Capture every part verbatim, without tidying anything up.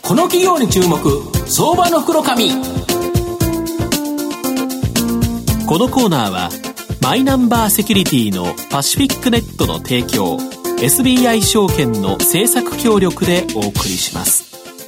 この企業に注目、相場の袋紙。このコーナーはマイナンバーセキュリティのパシフィックネットの提供、 エスビーアイ 証券の政策協力でお送りします。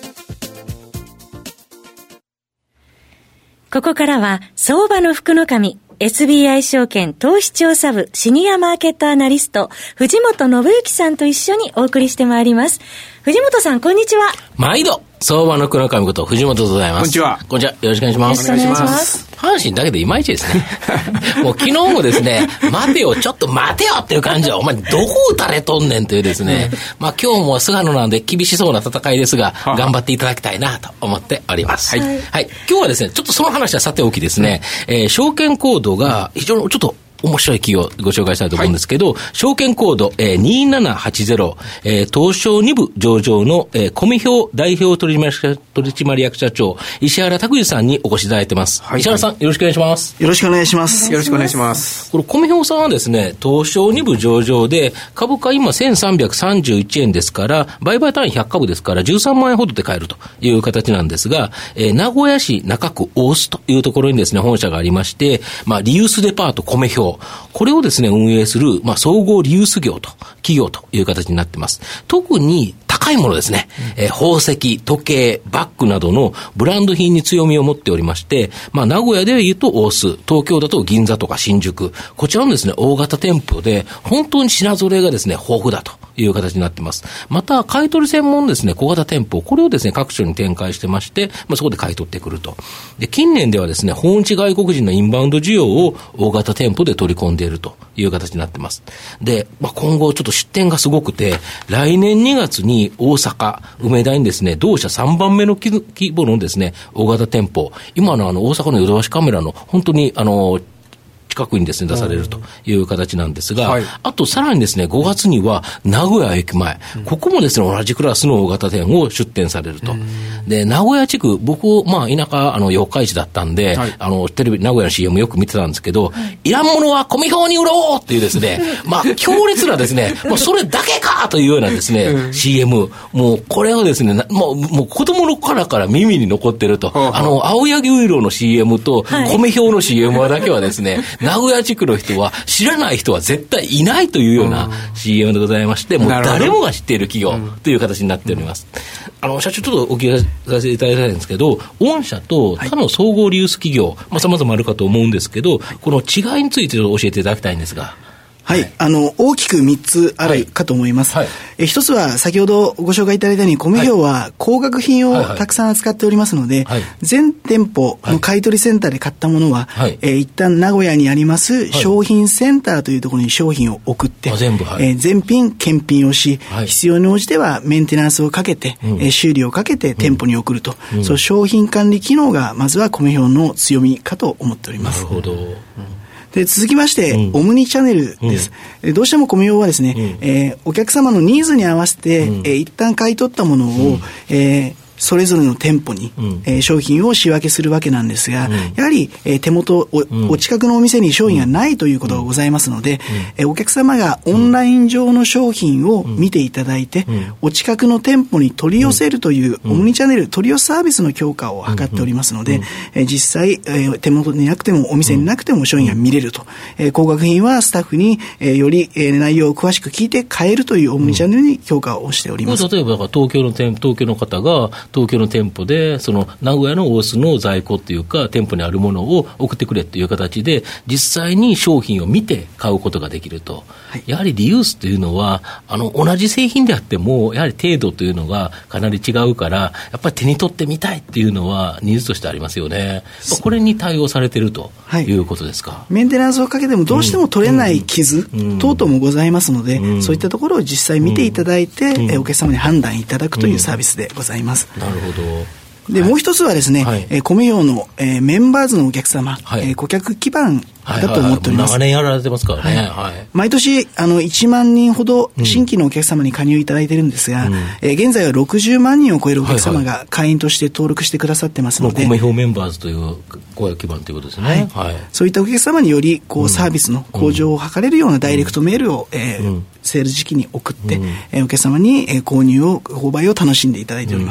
ここからは相場の福の神、エスビーアイ 証券投資調査部シニアマーケットアナリスト藤本信之さんと一緒にお送りしてまいります。藤本さん、こんにちは。 毎度相場の福の神こと藤本でございます。 こんにちは。 こんにちは。よろしくお願いします。 よろしくお願いします。 阪神だけでいまいちですねもう昨日もですね、待てよちょっと待てよっていう感じは、お前どこ打たれとんねんというですね、まあ今日も菅野なんで厳しそうな戦いですが、頑張っていただきたいなと思っております。はい、はい、今日はですね、ちょっとその話はさておきですね、えー、証券コードが非常にちょっと面白い企業をご紹介したいと思うんですけど、はい、証券コード、えー、にーななはちゼロ、えー、東証に部上場の、えー、コミヒョ代表取締役取締役社長石原拓司さんにお越しいただいてます。はい、石原さん、よろしくお願いします。 よろしくお願いします。よろしくお願いします。 このコミヒョさんはですね、東証に部上場で株価今せんさんびゃくさんじゅういちえんですから、売買単位ひゃっかぶですからじゅうさんまんえんほどで買えるという形なんですが、えー、名古屋市中区大須というところにですね本社がありまして、まあリユースデパートコミヒョ、これをですね運営する、まあ、総合リユース業と企業という形になっています。特に高いものですね、うん、えー、宝石、時計、バッグなどのブランド品に強みを持っておりまして、まあ、名古屋でいうと大須、東京だと銀座とか新宿、こちらのですね大型店舗で本当に品揃えがですね豊富だという形になっています。また買取専門ですね小型店舗、これをですね各所に展開してまして、まあ、そこで買い取ってくると。で近年ではですね訪日外国人のインバウンド需要を大型店舗で取り込んでいるという形になっています。で、まあ、今後ちょっと出店がすごくて、来年にがつに大阪梅田にですね同社さんばんめの規模のですね大型店舗、今のあの大阪のヨドバシカメラの本当にあの近くにですね出されるという形なんですが、はい、あとさらにですねごがつには名古屋駅前、うん、ここもですね同じクラスの大型店を出店されると。で名古屋地区、僕まあ田舎あの四日市だったんで、はい、あのテレビ名古屋の シーエム よく見てたんですけど、はい、いらんものはコミヒョに売ろうっていうですねまあ強烈なですねもうそれだけかというようなですね、うん、シーエム、もうこれをですねもうもう子供の頃から耳に残ってると、うん、あの青柳ウイロの シーエム とコミヒョの シーエム だけはですね名古屋地区の人は知らない人は絶対いないというような シーエム でございまして、もう誰もが知っている企業という形になっております。あの社長ちょっとお聞きさせていただきたいんですけど、御社と他の総合リユース企業、まあ、様々あるかと思うんですけど、この違いについて教えていただきたいんですが。 はい、あの大きくみっつあるかと思います。はいはい、え一つは先ほどご紹介いただいたようにコミヒョは高額品をたくさん扱っておりますので、はいはい、全店舗の買取センターで買ったものは、はい、えー、一旦名古屋にあります商品センターというところに商品を送って、はい、全部、はい、えー、全品検品をし、はい、必要に応じてはメンテナンスをかけて、うん、えー、修理をかけて店舗に送ると、うん、そう商品管理機能がまずはコミヒョの強みかと思っております。 なるほど。うん、 で続きまして、うん、オムニチャンネルです。うん、どうしてもコミヒョはですね、うん、えー、お客様のニーズに合わせて、うん、えー、一旦買い取ったものを、うん、えーそれぞれの店舗に、うん、えー、商品を仕分けするわけなんですが、うん、やはり、えー、手元 お,、うん、お近くのお店に商品がないということがございますので、うん、えー、お客様がオンライン上の商品を見ていただいて、うん、お近くの店舗に取り寄せるという、うん、オムニチャンネル取り寄せサービスの強化を図っておりますので、うん、えー、実際、えー、手元になくてもお店になくても商品が見れると、えー、高額品はスタッフに、えー、より、えー、内容を詳しく聞いて買えるというオムニチャンネルに強化をしております。 うん、例えば東京の店東京の方が東京の店舗でその名古屋の大須の在庫っていうか店舗にあるものを送ってくれっていう形で実際に商品を見て買うことができると、はい、やはりリユースというのはあの同じ製品であってもやはり程度というのがかなり違うからやっぱり手に取ってみたいっていうのはニーズとしてありますよね。これに対応されているということですか。はい、 メンテナンスをかけてもどうしても取れない傷等々もございますので、うんうん、そういったところを実際見ていただいて、うん、えお客様に判断いただくというサービスでございます。 うん、なるほど。 で、はい、もう一つはですね、はい、えー、コミヒョの、えー、メンバーズのお客様、はい、えー、顧客基盤だと思っております。 長年やられてますからね。はい、 毎年あのいちまんにんほど新規のお客様に加入いただいているんですが、うん、えー、現在はろくじゅうまんにんを超えるお客様が会員として登録してくださってますので、 コミヒョメンバーズという顧客基盤ということですね。はいはい、 そういったお客様によりこう、うん、サービスの向上を図れるようなダイレクトメールを、えーうん、セール時期に送って、うん、えー、お客様に、えー、購入を購買を楽しんでいただいております。 うん、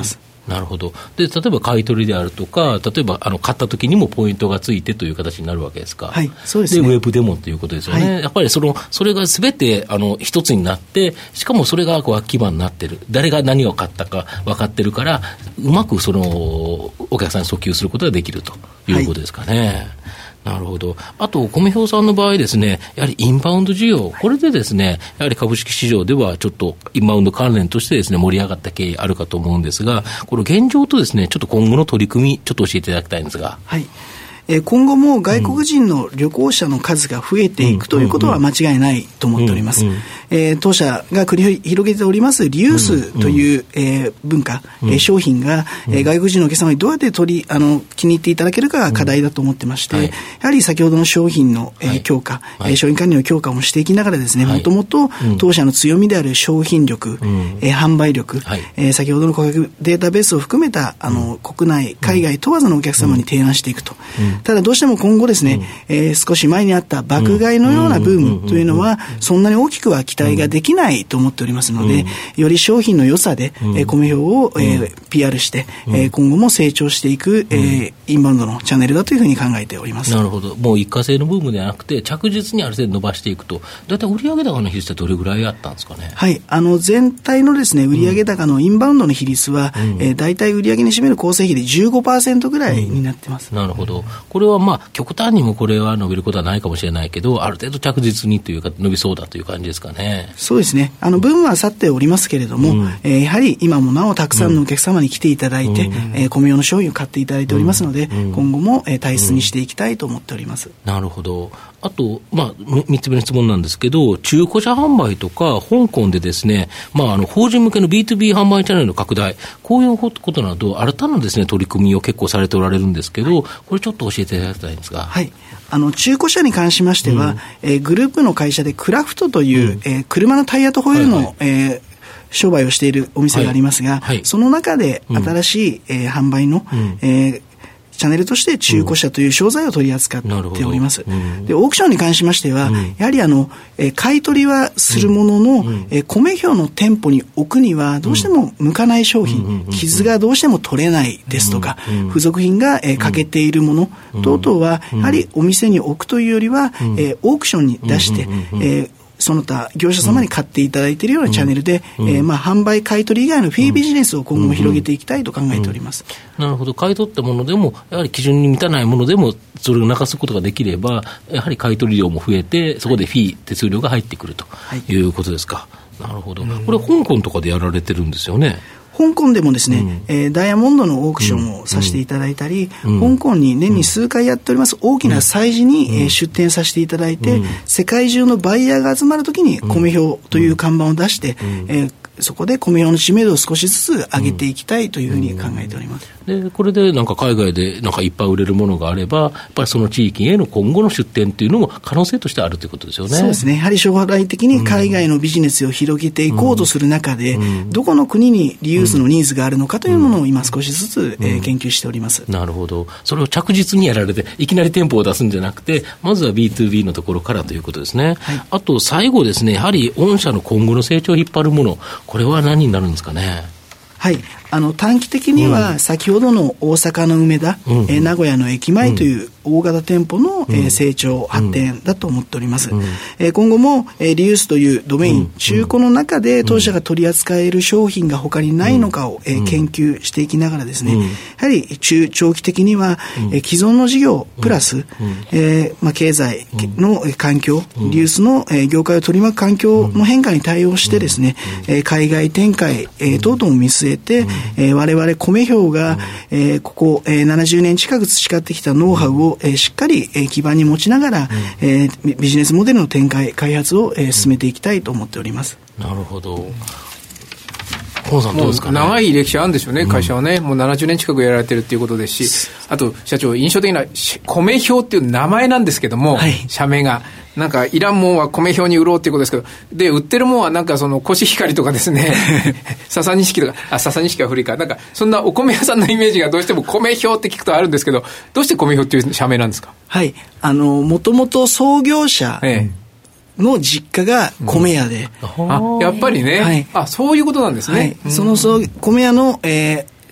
なるほど。で、例えば買い取りであるとか、例えばあの買った時にもポイントがついてという形になるわけですか。 はい、そうですね。 で、ウェブでもということですよね。はい、やっぱりその、それがすべてあの一つになって、しかもそれがこう基盤になってる。誰が何を買ったか分かってるから、うまくそのお客さんに訴求することができるということですかね。はい、なるほど。あと、米表さんの場合ですね、やはりインバウンド需要、これでですね、やはり株式市場ではちょっとインバウンド関連としてですね、盛り上がった経緯あるかと思うんですが、この現状とですね、ちょっと今後の取り組み、ちょっと教えていただきたいんですが。 はい。今後も外国人の旅行者の数が増えていくということは間違いないと思っております。えー、当社が繰り広げておりますリユースという、えー、文化、えー、商品が、えー、外国人のお客様にどうやって取りあの気に入っていただけるかが課題だと思ってまして、はい、やはり先ほどの商品の、えー、強化、はい、商品管理の強化もしていきながらですね、もともと当社の強みである商品力、うん、えー、販売力、はい、えー、先ほどの顧客データベースを含めたあの、うん、国内海外問わずのお客様に提案していくと、うん、ただどうしても今後ですね、うん、えー、少し前にあった爆買いのようなブームというのはそんなに大きくは期待ができないと思っておりますので、うん、より商品の良さで、うん、えー、米表を、えー、ピーアール して、うん、えー、今後も成長していく、えー、インバウンドのチャンネルだというふうに過えております。 なるほど。もう一過性のブームではなくて着実にある程度伸ばしていくと、だいたい売上高の比率ってどれぐらいあったんですかね。 はい、あの全体のですね売上高のインバウンドの比率は、うん、えー、だいたい売上に占める構成比で じゅうごパーセント ぐらいになってます。 うん、なるほど。これはまあ極端にもこれは伸びることはないかもしれないけど、ある程度着実にというか伸びそうだという感じですかね。 そうですね。あのブームは去っておりますけれども、うん、えー、やはり今もなおたくさんのお客様に来ていただいて、うん、えー、米用の商品を買っていただいておりますので、うん、今後も、えー、大切にしていきたいと思っております。うん、 なるほど。あと、まあ、みっつめの質問なんですけど、中古車販売とか香港でですね、まあ、あの法人向けの ビーツービー 販売チャンネルの拡大、こういうことなど新たなですね取り組みを結構されておられるんですけど、これちょっと教えていただきたいんですが。 はい。あの中古車に関しましては、うん、えー、グループの会社でクラフトという、うん、えー、車のタイヤとホイールの、はいはい、えー商売をしているお店がありますが、はいはい、その中で新しい、うん、えー、販売の、うん、えーチャンネルとして中古車という商材を取り扱っております。うん、でオークションに関しましては、うん、やはりあの、えー、買い取りはするものの、うん、えー、米表の店舗に置くにはどうしても向かない商品、うん、傷がどうしても取れないですとか、うん、付属品が、えー、欠けているもの、うん、等々はやはりお店に置くというよりは、うん、えー、オークションに出して、うん、えーその他業者様に買っていただいているようなチャンネルで、うん、えーまあ、販売買い取り以外のフィービジネスを今後も広げていきたいと考えております。 うんうんうん、なるほど。買い取ったものでもやはり基準に満たないものでもそれを流すことができればやはり買い取り量も増えてそこでフィー手数料が入ってくるということですか。はい、なるほど。これ香港とかでやられてるんですよね。 香港でもですね、うん、えー、ダイヤモンドのオークションをさせていただいたり、うん、香港に年に数回やっております大きな催事に、うん、えー、出展させていただいて、うん、世界中のバイヤーが集まるときに米表という看板を出して、うん、えーそこで米表の知名度を少しずつ上げていきたいというふうに考えております。 うん、でこれでなんか海外でなんかいっぱい売れるものがあればやっぱりその地域への今後の出店というのも可能性としてあるということですよね。 そうですね。やはり将来的に海外のビジネスを広げていこうとする中で、うん、どこの国にリユースのニーズがあるのかというものを今少しずつ、うん、えー、研究しております。 なるほど。それを着実にやられていきなり店舗を出すんじゃなくてまずは ビーツービー のところからということですね。はい、あと最後ですね、やはり御社の今後の成長を引っ張るもの、これは何になるんですかね。 はい、あの短期的には先ほどの大阪の梅田、うん、えー、名古屋の駅前という大型店舗の、うん、えー、成長発展だと思っております。うん、えー、今後も、えー、リユースというドメイン、うん、中古の中で当社が取り扱える商品が他にないのかを、えー、研究していきながらですね、うん、やはり中長期的には、うん、えー、既存の事業プラス、うん、えーまあ、経済の環境、うん、リユースの、えー、業界を取り巻く環境の変化に対応してですね、うん、えー、海外展開、えー、等々を見据えて、うん、えー、我々米表が、うん、えー、ここ、えー、ななじゅうねん近く培ってきたノウハウを、えー、しっかり、えー、基盤に持ちながら、うん、えー、ビジネスモデルの展開開発を、えー、進めていきたいと思っております。 なるほど。河野さんどうですかね。 長い歴史あるんですよね、会社はね、うん、もうななじゅうねん近くやられてるっていうことですし、あと社長印象的な米表っていう名前なんですけども、はい、社名がなんかいらんもんは米表に売ろうっていうことですけど、で売ってるもんはなんかそのコシヒカリとかですね笹錦とか、あ、笹錦は古いか、なんかそんなお米屋さんのイメージがどうしても米表って聞くとあるんですけど、どうして米表っていう社名なんですか。 はい、あのもともと創業者、ええの実家が米屋で、 うん、あ、やっぱりね、はい、あ、そういうことなんですね。はい、 そのそう米屋の、えー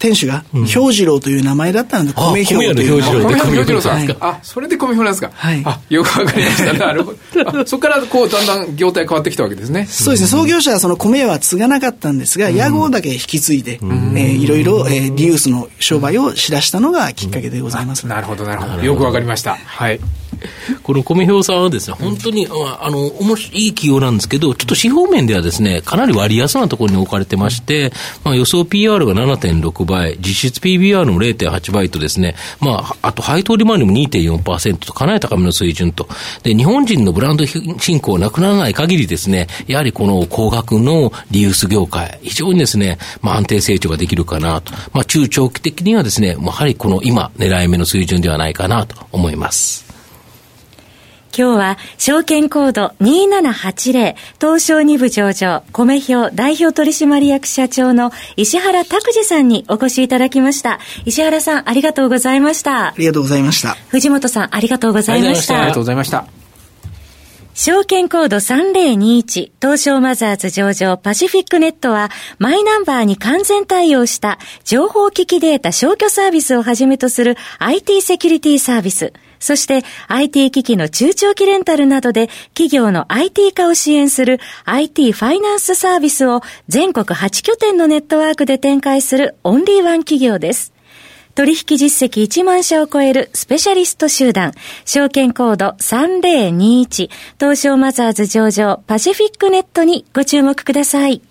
店主が兵次郎という名前だったので、米兵という名前。 米兵次郎さんですか、はい、あ、それで米兵なんですか、はい、あ、よくわかりましたなるほどそこからこうだんだん業態変わってきたわけですね。 そうですね、創業者はその米は継がなかったんですが、屋号だけ引き継いで、うん、えー、いろいろ、えー、リユースの商売をしだしたのがきっかけでございます。 なるほどなるほど、よくわかりました。はい、 この米兵さんはですね、本当に、あの、面白いい企業なんですけど、ちょっと指標面ではですね、かなり割安なところに置かれてまして、まあ、予想 ピーアール が ななてんろくばい、実質 ピービーアール も れいてんはちばいとですね、まあ、あと配当利回りも にてんよんパーセント とかなり高めの水準と。で、日本人のブランド振興なくならない限りですね、やはりこの高額のリユース業界、非常にですね、まあ、安定成長ができるかなと。まあ、中長期的にはですね、やはりこの今、狙い目の水準ではないかなと思います。 今日は証券コードにななはちぜろ東証に部上場米兵代表取締役社長の石原拓司さんにお越しいただきました。石原さん、ありがとうございました。 ありがとうございました。 藤本さん、ありがとうございました。 ありがとうございました。 証券コードさんぜろにいち東証マザーズ上場パシフィックネットはマイナンバーに完全対応した情報機器データ消去サービスをはじめとする アイティー セキュリティサービス、そして アイティー 機器の中長期レンタルなどで企業の アイティー 化を支援する アイティー ファイナンスサービスを全国はちきょてんのネットワークで展開するオンリーワン企業です。取引実績いちまんしゃを超えるスペシャリスト集団、証券コードさんぜろにいち東証マザーズ上場パシフィックネットにご注目ください。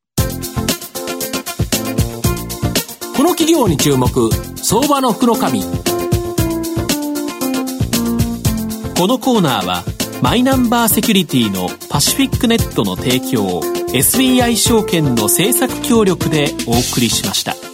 この企業に注目、相場の福の神。 このコーナーはマイナンバーセキュリティのパシフィックネットの提供を エスビーアイ 証券の政策協力でお送りしました。